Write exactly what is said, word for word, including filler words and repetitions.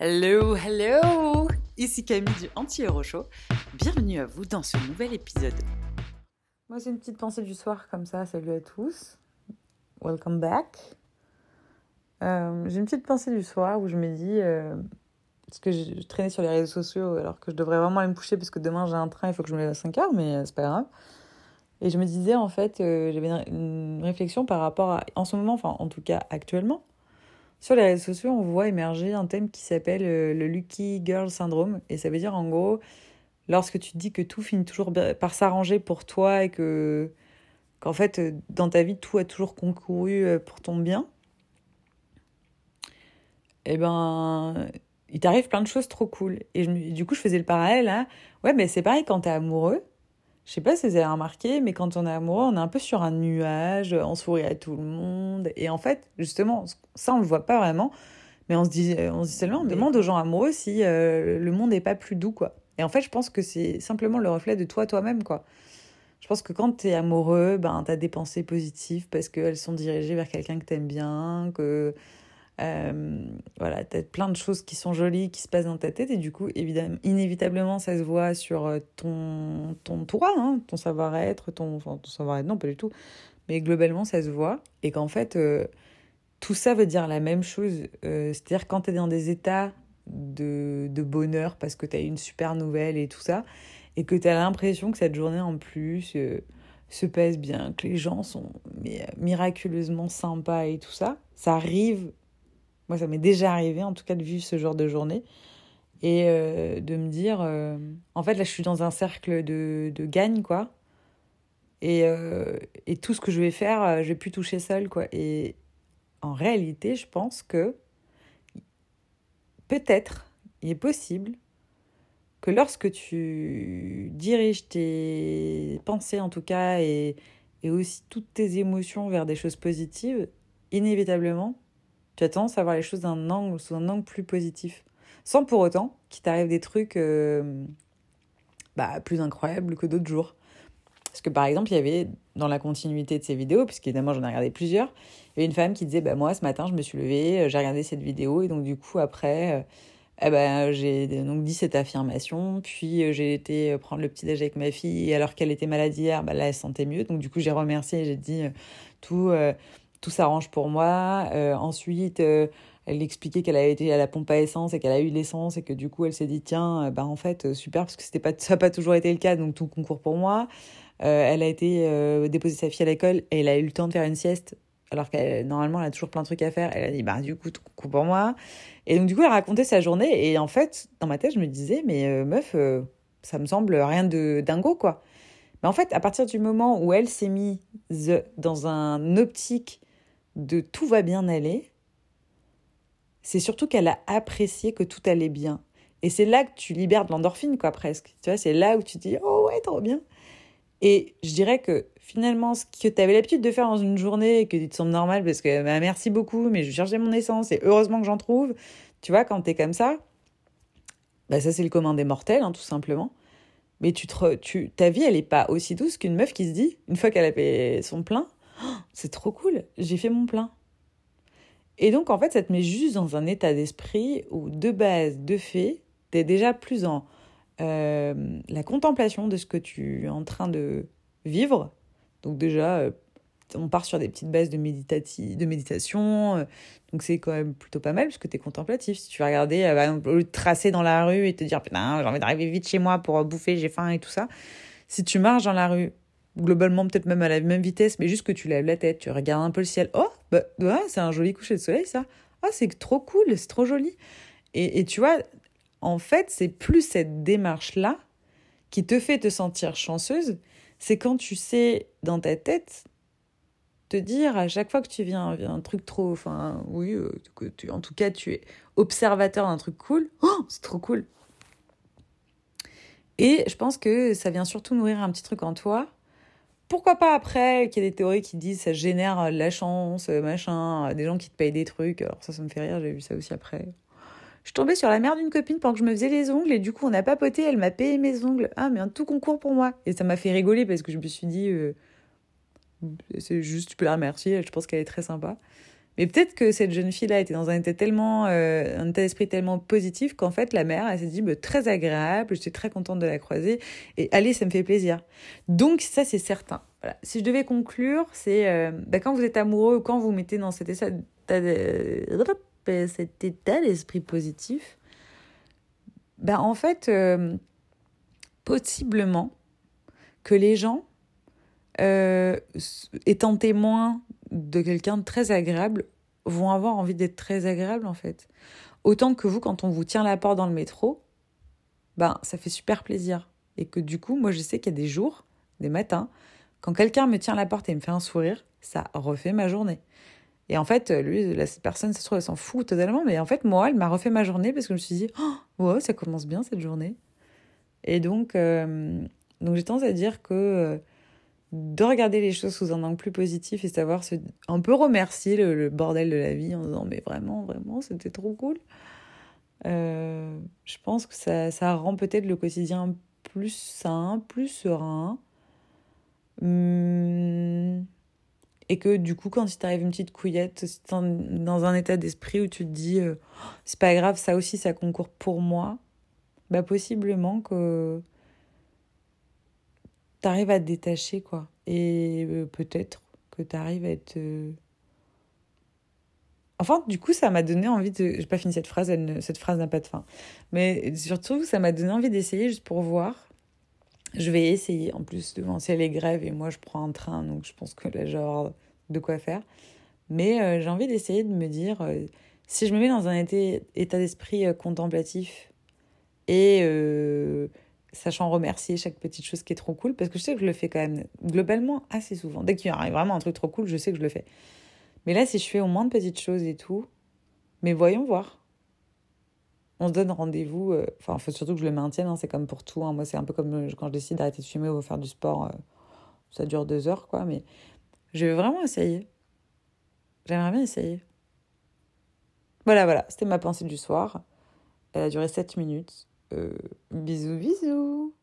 Hello, hello! Ici Camille du Anti-Hero Show. Bienvenue à vous dans ce nouvel épisode. Moi, c'est une petite pensée du soir comme ça. Salut à tous. Welcome back. Euh, j'ai une petite pensée du soir où je me dis... Euh, parce que je, je traînais sur les réseaux sociaux alors que je devrais vraiment aller me coucher parce que demain j'ai un train, il faut que je me lève à cinq heures, mais euh, c'est pas grave. Et je me disais, en fait, euh, j'avais une, une réflexion par rapport à... En ce moment, enfin, en tout cas, actuellement, sur les réseaux sociaux, on voit émerger un thème qui s'appelle euh, le Lucky Girl Syndrome. Et ça veut dire, en gros, lorsque tu te dis que tout finit toujours par s'arranger pour toi et que qu'en fait, euh, dans ta vie, tout a toujours concouru euh, pour ton bien, eh ben, il t'arrive plein de choses trop cool. Et, je, et du coup, je faisais le parallèle, hein. Ouais, mais c'est pareil quand t'es amoureux. Je sais pas si vous avez remarqué, mais quand on est amoureux, on est un peu sur un nuage, on sourit à tout le monde. Et en fait, justement, ça, on le voit pas vraiment. Mais on se dit, on se dit seulement, on demande aux gens amoureux si euh, le monde n'est pas plus doux, quoi. Et en fait, je pense que c'est simplement le reflet de toi, toi-même, quoi. Je pense que quand t'es amoureux, ben, t'as des pensées positives parce qu'elles sont dirigées vers quelqu'un que t'aimes bien, que... Euh, voilà, t'as plein de choses qui sont jolies, qui se passent dans ta tête, et du coup, évidemment, inévitablement, ça se voit sur ton, ton toi, hein, ton savoir-être, ton, enfin, ton savoir-être, non, pas du tout, mais globalement, ça se voit, et qu'en fait, euh, tout ça veut dire la même chose, euh, c'est-à-dire quand t'es dans des états de, de bonheur, parce que t'as eu une super nouvelle et tout ça, et que t'as l'impression que cette journée en plus euh, se passe bien, que les gens sont mais, miraculeusement sympas et tout ça, ça arrive. Moi, ça m'est déjà arrivé, en tout cas, de vivre ce genre de journée et euh, de me dire... Euh, en fait, là, je suis dans un cercle de, de gagne, quoi. Et, euh, et tout ce que je vais faire, euh, je vais plus toucher seule, quoi. Et en réalité, je pense que peut-être, il est possible que lorsque tu diriges tes pensées, en tout cas, et, et aussi toutes tes émotions vers des choses positives, inévitablement, tu as tendance à voir les choses d'un angle, sous un angle plus positif. Sans pour autant qu'il t'arrive des trucs euh, bah, plus incroyables que d'autres jours. Parce que par exemple, il y avait, dans la continuité de ces vidéos, puisqu'évidemment j'en ai regardé plusieurs, il y avait une femme qui disait bah, « Moi, ce matin, je me suis levée, j'ai regardé cette vidéo, et donc du coup, après, euh, eh ben, j'ai donc dit cette affirmation, puis euh, j'ai été prendre le petit-déj avec ma fille, et alors qu'elle était malade hier, bah, là, elle se sentait mieux. Donc du coup, j'ai remercié et j'ai dit euh, tout... Euh, tout s'arrange pour moi. Euh, ensuite, euh, elle expliquait qu'elle avait été à la pompe à essence et qu'elle a eu de l'essence et que du coup, elle s'est dit, tiens, euh, bah, en fait, euh, super, parce que c'était pas, ça n'a pas toujours été le cas, donc tout concourt pour moi. Euh, elle a été euh, déposer sa fille à l'école et elle a eu le temps de faire une sieste, alors que normalement, elle a toujours plein de trucs à faire. Elle a dit, bah, du coup, tout concourt pour moi. Et donc, du coup, elle racontait sa journée. Et en fait, dans ma tête, je me disais, mais euh, meuf, euh, ça me semble rien de dingo, quoi. Mais en fait, à partir du moment où elle s'est mise dans un optique de tout va bien aller, c'est surtout qu'elle a apprécié que tout allait bien. Et c'est là que tu libères de l'endorphine, quoi, presque. Tu vois, c'est là où tu te dis « Oh ouais, trop bien !» Et je dirais que finalement, ce que tu avais l'habitude de faire dans une journée et que tu te sens normal parce que bah, merci beaucoup, mais je cherchais mon essence et heureusement que j'en trouve. Tu vois, quand t'es comme ça, bah, ça c'est le commun des mortels, hein, tout simplement. Mais tu te, tu, ta vie, elle n'est pas aussi douce qu'une meuf qui se dit, une fois qu'elle a fait son plein, oh, c'est trop cool, j'ai fait mon plein. Et donc, en fait, ça te met juste dans un état d'esprit où, de base, de fait, t'es déjà plus en euh, la contemplation de ce que tu es en train de vivre. Donc déjà, euh, on part sur des petites bases de, méditati- de méditation. Euh, donc c'est quand même plutôt pas mal, parce que t'es contemplatif. Si tu vas regarder, euh, par exemple, au lieu de tracer dans la rue et te dire « Putain, j'ai envie d'arriver vite chez moi pour bouffer, j'ai faim et tout ça », si tu marches dans la rue, globalement peut-être même à la même vitesse, mais juste que tu lèves la tête, tu regardes un peu le ciel. Oh, bah ouais, c'est un joli coucher de soleil, ça. Ah, c'est trop cool, c'est trop joli. Et, et tu vois, en fait, c'est plus cette démarche-là qui te fait te sentir chanceuse. C'est quand tu sais, dans ta tête, te dire à chaque fois que tu viens un truc trop... Enfin, oui, euh, que tu, en tout cas, tu es observateur d'un truc cool. Oh, c'est trop cool. Et je pense que ça vient surtout nourrir un petit truc en toi. Pourquoi pas après qu'il y ait des théories qui disent ça génère la chance, machin, des gens qui te payent des trucs. Alors ça, ça me fait rire, j'ai vu ça aussi après. Je suis tombée sur la mère d'une copine pendant que je me faisais les ongles et du coup on a papoté, elle m'a payé mes ongles. Ah mais un tout concours pour moi. Et ça m'a fait rigoler parce que je me suis dit, euh, c'est juste, tu peux la remercier, je pense qu'elle est très sympa. Mais peut-être que cette jeune fille-là était dans un état tellement, euh, un état d'esprit tellement positif qu'en fait, la mère, elle s'est dit, bah, très agréable, je suis très contente de la croiser, et allez, ça me fait plaisir. Donc, ça, c'est certain. Voilà. Si je devais conclure, c'est euh, bah, quand vous êtes amoureux ou quand vous mettez dans cet état, de, cet état d'esprit positif, bah, en fait, euh, possiblement que les gens, euh, étant témoins de quelqu'un de très agréable, vont avoir envie d'être très agréables, en fait. Autant que vous, quand on vous tient la porte dans le métro, ben, ça fait super plaisir. Et que du coup, moi, je sais qu'il y a des jours, des matins, quand quelqu'un me tient la porte et me fait un sourire, ça refait ma journée. Et en fait, lui, la, cette personne, ça se trouve, elle s'en fout totalement. Mais en fait, moi, elle m'a refait ma journée parce que je me suis dit, oh, ouais, ça commence bien cette journée. Et donc, euh, donc j'ai tendance à dire que euh, de regarder les choses sous un angle plus positif et savoir se, un peu remercier le, le bordel de la vie en disant, mais vraiment, vraiment, c'était trop cool. Euh, je pense que ça, ça rend peut-être le quotidien plus sain, plus serein. Hum, et que du coup, quand il t'arrive une petite couillette, si t'es dans un état d'esprit où tu te dis euh, oh, c'est pas grave, ça aussi, ça concourt pour moi, bah possiblement que t'arrives à te détacher, quoi. Et euh, peut-être que t'arrives à être... Euh... Enfin, du coup, ça m'a donné envie de... J'ai pas fini cette phrase, elle ne... cette phrase n'a pas de fin. Mais surtout, ça m'a donné envie d'essayer juste pour voir. Je vais essayer, en plus, devant c'est les grèves, et moi, je prends un train, donc je pense que là, genre, de quoi faire. Mais euh, j'ai envie d'essayer de me dire, euh, si je me mets dans un été, état d'esprit euh, contemplatif et euh, sachant remercier chaque petite chose qui est trop cool, parce que je sais que je le fais quand même globalement assez souvent. Dès qu'il y a vraiment un truc trop cool, je sais que je le fais. Mais là, si je fais au moins de petites choses et tout, mais voyons voir. On se donne rendez-vous, euh, enfin, il faut surtout que je le maintienne, hein, c'est comme pour tout. Hein. Moi, c'est un peu comme euh, quand je décide d'arrêter de fumer ou de faire du sport, euh, ça dure deux heures, quoi. Mais je vais vraiment essayer. J'aimerais bien essayer. Voilà, voilà, c'était ma pensée du soir. Elle a duré sept minutes. Euh, bisous, bisous.